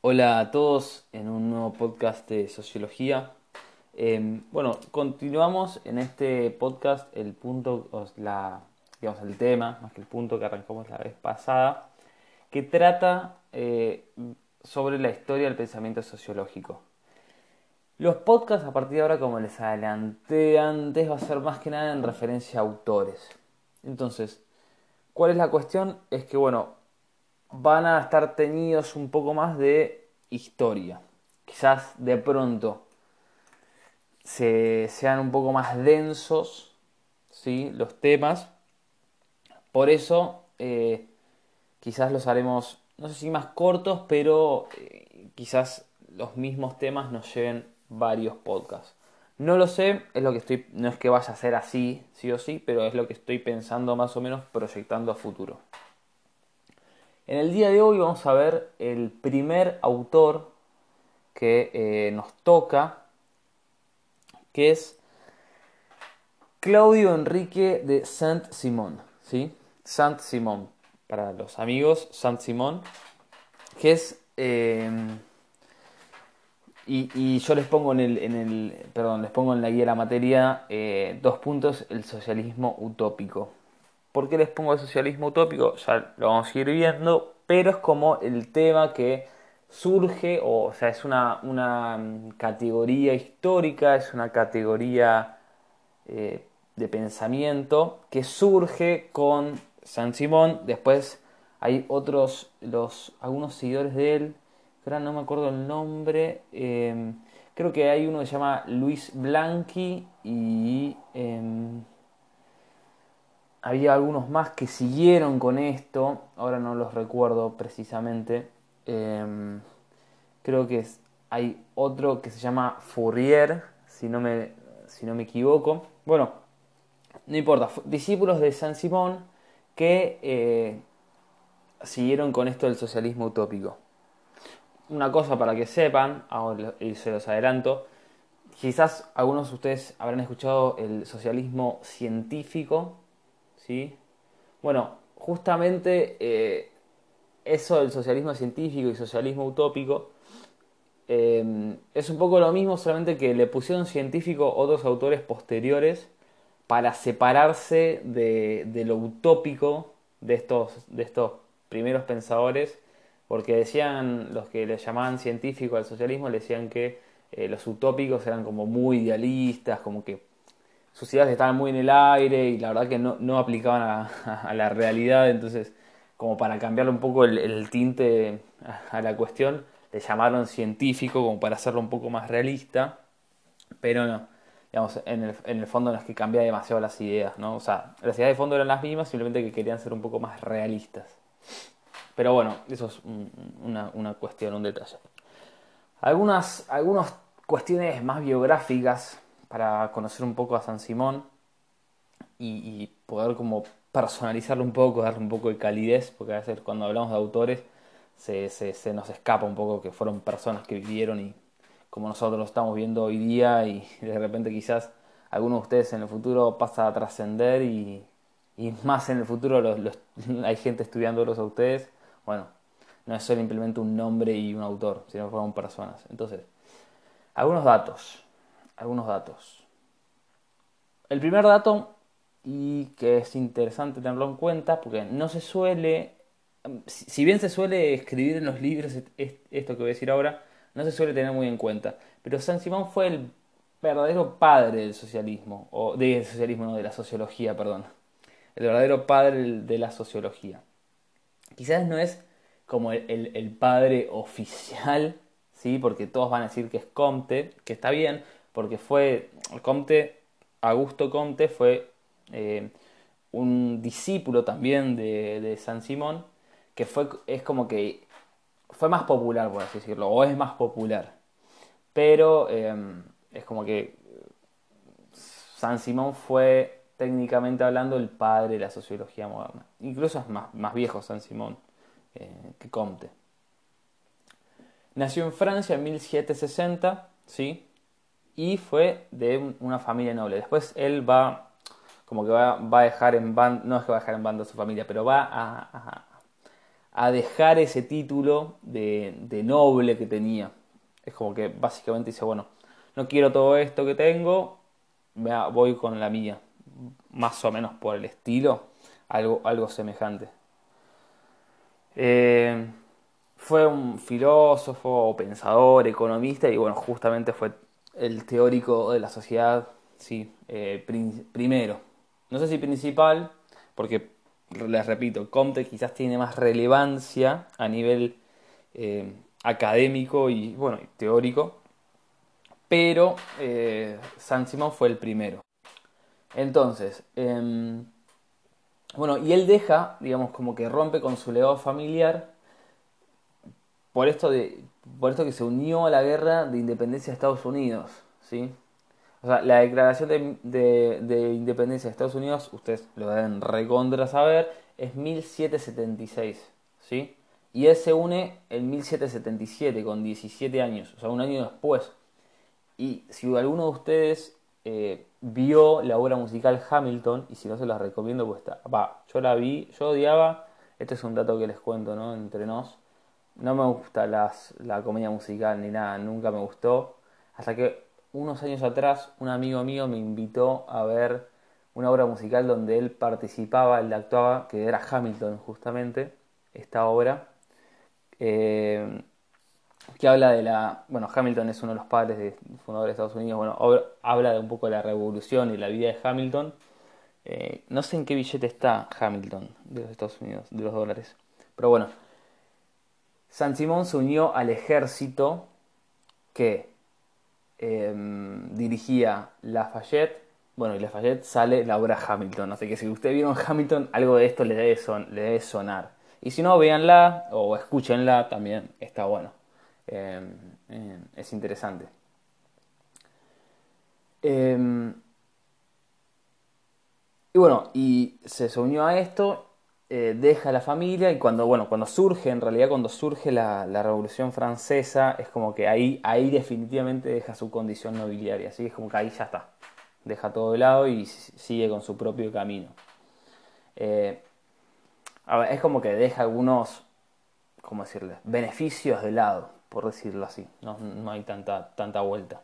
Hola a todos en un nuevo podcast de sociología. Continuamos en este podcast el punto, digamos el tema, más que el punto que arrancamos la vez pasada, que trata sobre la historia del pensamiento sociológico. Los podcasts a partir de ahora, como les adelanté antes, va a ser más que nada en referencia a autores. Entonces, ¿cuál es la cuestión? Es que, van a estar teñidos un poco más de historia. Quizás de pronto sean un poco más densos, ¿sí? Los temas. Por eso quizás los haremos, no sé si más cortos, pero quizás los mismos temas nos lleven varios podcasts. No lo sé, es lo que no es que vaya a ser así, sí o sí, pero es lo que estoy pensando más o menos proyectando a futuro. En el día de hoy vamos a ver el primer autor que nos toca, que es Claudio Enrique de Saint-Simon, ¿sí? Saint-Simon, para los amigos, Saint-Simon, que es... y yo les pongo perdón, les pongo en la guía de la materia dos puntos, el socialismo utópico. ¿Por qué les pongo el socialismo utópico? Ya lo vamos a ir viendo, pero es como el tema que surge, o sea, es una categoría histórica, es una categoría de pensamiento que surge con San Simón. Después hay algunos seguidores de él, que ahora no me acuerdo el nombre. Creo que hay uno que se llama Luis Blanqui y había algunos más que siguieron con esto. Ahora no los recuerdo precisamente. Eh, Creo que hay otro que se llama Fourier, si no me equivoco. Bueno, no importa, discípulos de San Simón que siguieron con esto del socialismo utópico. Una cosa para que sepan, y se los adelanto, quizás algunos de ustedes habrán escuchado el socialismo científico, ¿sí? Bueno, justamente eso del socialismo científico y socialismo utópico es un poco lo mismo, solamente que le pusieron científico otros autores posteriores para separarse de lo utópico de estos primeros pensadores, porque decían, los que le llamaban científico al socialismo, le decían que los utópicos eran como muy idealistas, como que sus ideas estaban muy en el aire y la verdad que no aplicaban a la realidad, entonces como para cambiarle un poco el tinte a la cuestión, le llamaron científico como para hacerlo un poco más realista, pero no, digamos, en el fondo no es que cambia demasiado las ideas, ¿no? O sea, las ideas de fondo eran las mismas, simplemente que querían ser un poco más realistas. Pero bueno, eso es una cuestión, un detalle. Algunas cuestiones más biográficas para conocer un poco a San Simón y poder como personalizarlo un poco, darle un poco de calidez, porque a veces cuando hablamos de autores se nos escapa un poco que fueron personas que vivieron y como nosotros lo estamos viendo hoy día y de repente quizás algunos de ustedes en el futuro pasa a trascender y más en el futuro hay gente estudiándolos a ustedes. Bueno, no es simplemente un nombre y un autor, sino que fueron personas. Entonces, algunos datos, algunos datos. El primer dato, y que es interesante tenerlo en cuenta, porque no se suele, si bien se suele escribir en los libros esto que voy a decir ahora, no se suele tener muy en cuenta. Pero San Simón fue el verdadero padre del socialismo, o del socialismo, no, de la sociología, perdón. El verdadero padre de la sociología. Quizás no es como el padre oficial, ¿sí? Porque todos van a decir que es Comte, que está bien, porque fue Comte, Augusto Comte fue eh, un discípulo también de San Simón, que es como que fue más popular, por así decirlo, o es más popular. Pero es como que San Simón fue, técnicamente hablando, el padre de la sociología moderna. Incluso es más viejo San Simón que Comte. Nació en Francia en 1760, ¿sí? Y fue de una familia noble. Después él como que va a dejar en banda, no es que va a dejar en banda a su familia, pero va a dejar ese título de noble que tenía. Es como que básicamente dice, bueno, no quiero todo esto que tengo, voy con la mía. Más o menos por el estilo, algo semejante. Eh, Fue un filósofo, pensador, economista y bueno, justamente fue el teórico de la sociedad, sí, primero. No sé si principal, porque les repito, Comte quizás tiene más relevancia a nivel académico y bueno, teórico, pero Saint-Simon fue el primero. Entonces, bueno, y él deja, digamos, como que rompe con su legado familiar por esto de, por esto que se unió a la guerra de independencia de Estados Unidos, ¿sí? O sea, la declaración de independencia de Estados Unidos, ustedes lo deben recontra saber, es 1776, ¿sí? Y él se une en 1777 con 17 años, o sea, un año después. Y si alguno de ustedes vio la obra musical Hamilton, y si no se las recomiendo, pues está. Va, yo la vi, yo odiaba, este es un dato que les cuento, ¿no? Entre nos. No me gusta la comedia musical ni nada, nunca me gustó. Hasta que unos años atrás un amigo mío me invitó a ver una obra musical donde él participaba, él actuaba, que era Hamilton justamente, esta obra. Eh, que habla de la... Bueno, Hamilton es uno de los padres fundadores de Estados Unidos. Bueno, habla de un poco de la revolución y la vida de Hamilton. No sé en qué billete está Hamilton de los Estados Unidos, de los dólares. Pero bueno, San Simón se unió al ejército que dirigía Lafayette. Bueno, y Lafayette sale la obra Hamilton. Así que si ustedes vieron Hamilton, algo de esto le debe sonar. Y si no, véanla o escúchenla, también está bueno. Eh, es interesante. Eh, y bueno, y se unió a esto, deja la familia y cuando, bueno, cuando surge, en realidad cuando surge la Revolución Francesa, es como que ahí definitivamente deja su condición nobiliaria, así es como que ahí ya está, deja todo de lado y sigue con su propio camino. Eh, a ver, es como que deja algunos, ¿cómo decirle?, beneficios de lado, por decirlo así, no hay tanta vuelta.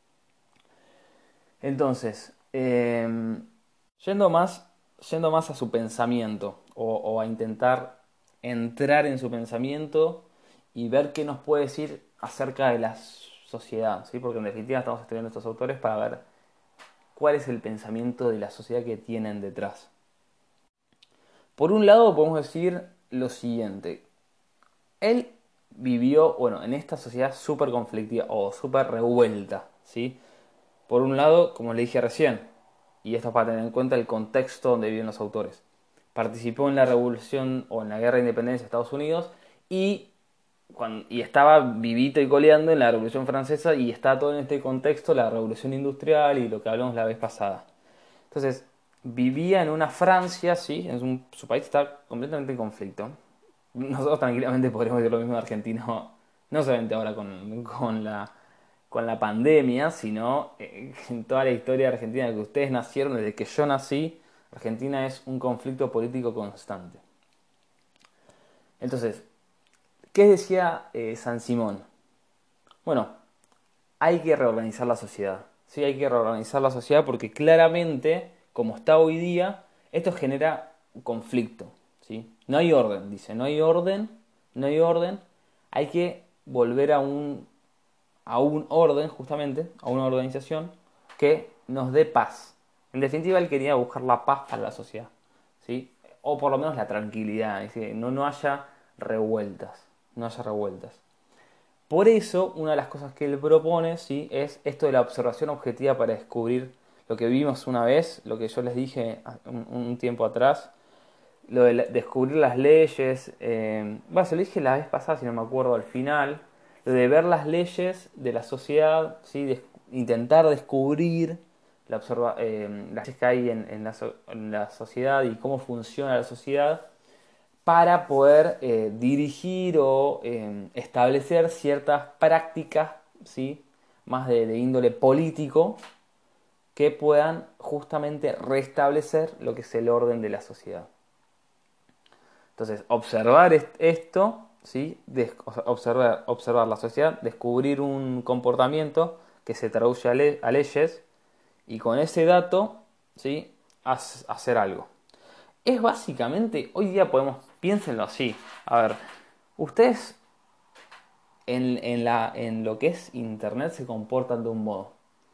Entonces, yendo más, yendo más a su pensamiento o a intentar entrar en su pensamiento y ver qué nos puede decir acerca de la sociedad, ¿sí? Porque en definitiva estamos estudiando estos autores para ver cuál es el pensamiento de la sociedad que tienen detrás. Por un lado podemos decir lo siguiente. Él vivió, bueno, en esta sociedad súper conflictiva o súper revuelta, ¿sí? Por un lado, como le dije recién, y esto es para tener en cuenta el contexto donde viven los autores, participó en la revolución o en la guerra de independencia de Estados Unidos y, y estaba vivito y coleando en la revolución francesa y está todo en este contexto, la revolución industrial y lo que hablamos la vez pasada. Entonces, vivía en una Francia, sí, su país está completamente en conflicto. Nosotros tranquilamente podríamos decir lo mismo de Argentina, no solamente ahora con la pandemia, sino en toda la historia de Argentina que ustedes nacieron, desde que yo nací, Argentina es un conflicto político constante. Entonces, ¿qué decía San Simón? Bueno, hay que reorganizar la sociedad. Sí, hay que reorganizar la sociedad porque claramente, como está hoy día, esto genera conflicto. ¿Sí? No hay orden, dice, no hay orden, no hay orden. Hay que volver a un orden, justamente, a una organización que nos dé paz. En definitiva, él quería buscar la paz para la sociedad. ¿Sí? O por lo menos la tranquilidad, es decir, no haya revueltas. No haya revueltas. Por eso, una de las cosas que él propone, ¿sí?, es esto de la observación objetiva para descubrir lo que vimos una vez, lo que yo les dije un tiempo atrás, lo de descubrir las leyes. Bueno, se lo dije la vez pasada, si no me acuerdo, al final, lo de ver las leyes de la sociedad, ¿sí?, intentar descubrir las leyes que hay en la sociedad y cómo funciona la sociedad para poder dirigir o establecer ciertas prácticas, ¿sí?, más de índole político que puedan justamente restablecer lo que es el orden de la sociedad. Entonces, observar esto, ¿sí? O sea, observar la sociedad, descubrir un comportamiento que se traduce a leyes y con ese dato, ¿sí? Hacer algo. Es básicamente, hoy día piénsenlo así. A ver, ustedes en lo que es Internet se comportan de un modo.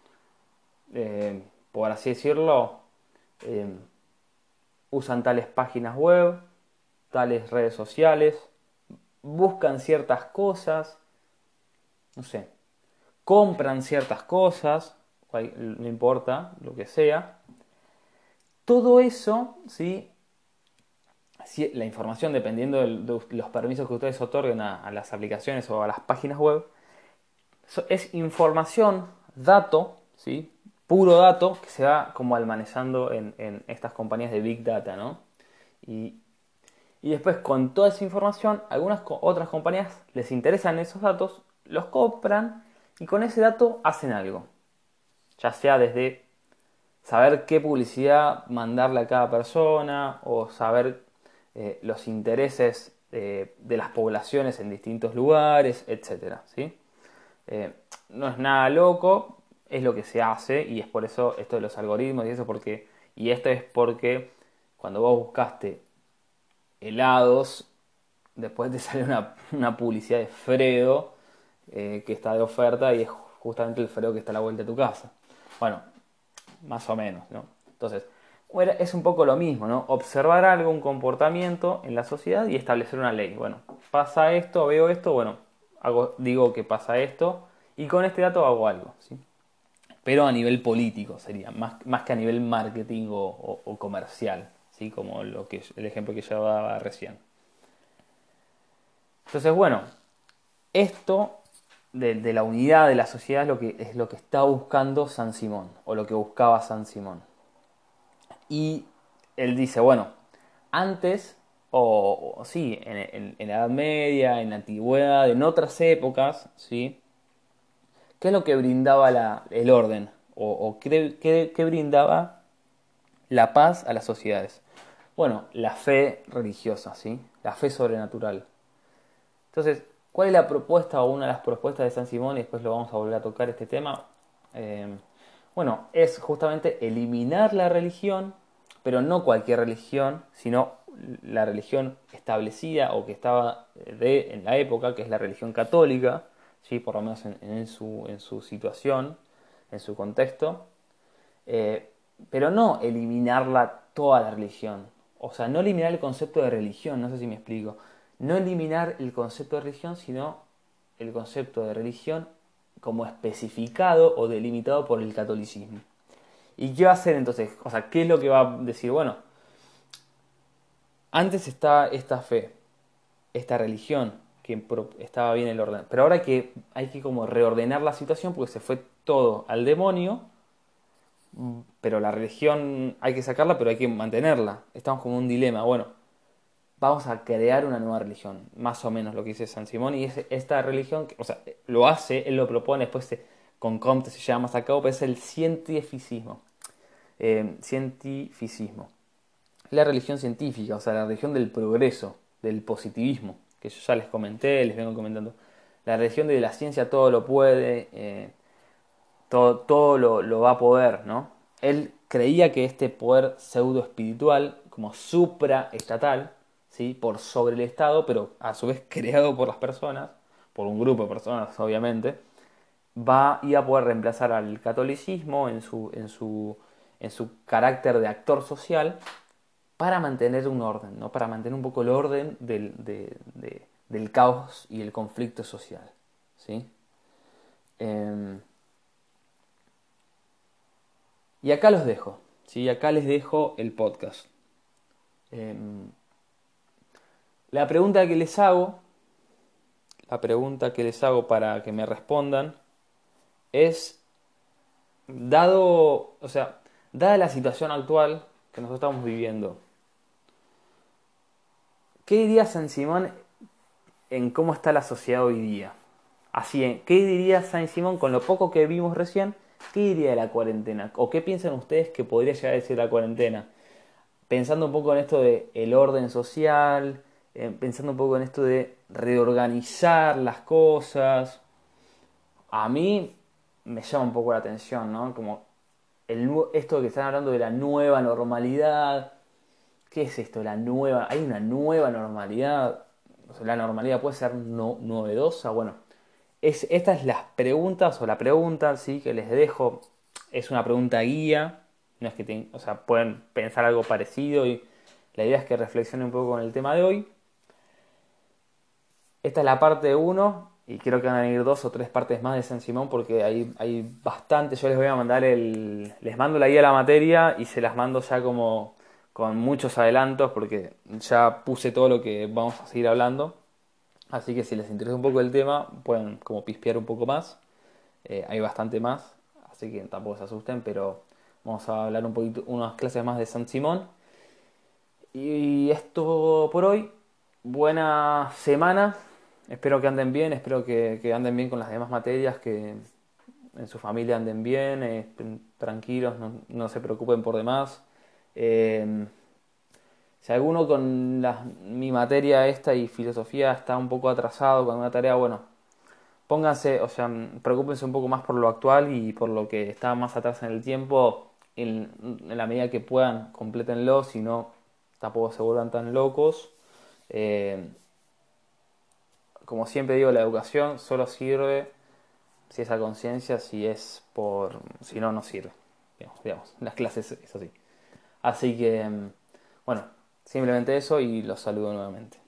Por así decirlo, eh, usan tales páginas web, tales redes sociales, buscan ciertas cosas, no sé, compran ciertas cosas, no importa, lo que sea. Todo eso, ¿sí? La información, dependiendo de los permisos que ustedes otorguen a las aplicaciones o a las páginas web, es información, dato, ¿sí? Puro dato que se va como almacenando en estas compañías de Big Data, ¿no? Y, y después con toda esa información, algunas otras compañías les interesan esos datos, los compran y con ese dato hacen algo. Ya sea desde saber qué publicidad mandarle a cada persona o saber los intereses de las poblaciones en distintos lugares, etcétera, ¿sí? No es nada loco, es lo que se hace y es por eso esto de los algoritmos y esto es porque cuando vos buscaste helados, después te sale una publicidad de Fredo que está de oferta y es justamente el Fredo que está a la vuelta de tu casa. Bueno, más o menos, ¿no? Entonces, es un poco lo mismo, ¿no? Observar algo, un comportamiento en la sociedad y establecer una ley. Bueno, pasa esto, veo esto, bueno, digo que pasa esto y con este dato hago algo, ¿sí? Pero a nivel político sería, más que a nivel marketing o comercial, ¿sí? Como el ejemplo que yo daba recién. Entonces, bueno, esto de la unidad de la sociedad es lo que está buscando San Simón, o lo que buscaba San Simón. Y él dice, bueno, antes, o sí, en la Edad Media, en la Antigüedad, en otras épocas, ¿sí? ¿Qué es lo que brindaba el orden? ¿O qué brindaba la paz a las sociedades? Bueno, la fe religiosa, ¿sí? La fe sobrenatural. Entonces, ¿cuál es la propuesta o una de las propuestas de San Simón? Y después lo vamos a volver a tocar este tema. Eh, bueno, es justamente eliminar la religión, pero no cualquier religión, sino la religión establecida o que estaba en la época, que es la religión católica, ¿sí? Por lo menos en su situación, en su contexto. Eh, pero no eliminarla toda la religión. O sea, no eliminar el concepto de religión, no sé si me explico. No eliminar el concepto de religión, sino el concepto de religión como especificado o delimitado por el catolicismo. ¿Y qué va a hacer entonces? O sea, ¿qué es lo que va a decir? Bueno, antes está esta fe, esta religión, que estaba bien el orden. Pero ahora hay que como reordenar la situación porque se fue todo al demonio, pero la religión hay que sacarla, pero hay que mantenerla. Estamos como en un dilema. Bueno, vamos a crear una nueva religión, más o menos lo que dice San Simón, y es esta religión, o sea, lo hace, él lo propone, después con Comte se lleva más a cabo, pero es el cientificismo. Cientificismo. La religión científica, o sea, la religión del progreso, del positivismo, que yo ya les comenté, les vengo comentando. La religión de la ciencia todo lo puede, todo lo va a poder, ¿no? Él creía que este poder pseudo espiritual, como supraestatal, ¿sí? Por sobre el Estado, pero a su vez creado por las personas, por un grupo de personas, obviamente, iba a poder reemplazar al catolicismo en su carácter de actor social para mantener un orden, ¿no? Para mantener un poco el orden del caos y el conflicto social, ¿sí? Eh, Y acá los dejo, ¿sí? Acá les dejo el podcast. Eh, la pregunta que les hago, la pregunta que les hago para que me respondan es, o sea, dada la situación actual que nosotros estamos viviendo, ¿qué diría San Simón en cómo está la sociedad hoy día? Así, ¿qué diría San Simón con lo poco que vimos recién? ¿Qué diría de la cuarentena? ¿O qué piensan ustedes que podría llegar a decir la cuarentena? Pensando un poco en esto de el orden social, pensando un poco en esto de reorganizar las cosas. A mí me llama un poco la atención, ¿no? Como esto que están hablando de la nueva normalidad. ¿Qué es esto? La nueva. ¿Hay una nueva normalidad? O sea, la normalidad puede ser novedosa. Bueno, estas las preguntas o la pregunta, sí, que les dejo. Es una pregunta guía. No es que o sea, pueden pensar algo parecido y la idea es que reflexionen un poco con el tema de hoy. Esta es la parte uno y creo que van a venir 2 o 3 partes más de San Simón porque hay bastante. Yo les voy a mandar les mando la guía de la materia y se las mando ya como con muchos adelantos porque ya puse todo lo que vamos a seguir hablando. Así que si les interesa un poco el tema, pueden como pispear un poco más. Hay bastante más, así que tampoco se asusten, pero vamos a hablar un poquito, unas clases más de San Simón. Y esto por hoy. Buena semana. Espero que anden bien, espero que anden bien con las demás materias, que en su familia anden bien, tranquilos, no se preocupen por demás. Eh, si alguno con mi materia esta y filosofía está un poco atrasado con una tarea, bueno, pónganse, o sea, preocúpense un poco más por lo actual y por lo que está más atrás en el tiempo. En la medida que puedan, complétenlo, si no, tampoco se vuelvan tan locos. Eh, Como siempre digo, la educación solo sirve si es a conciencia, si no, no sirve. Digamos, las clases es así. Así que, bueno, simplemente eso y los saludo nuevamente.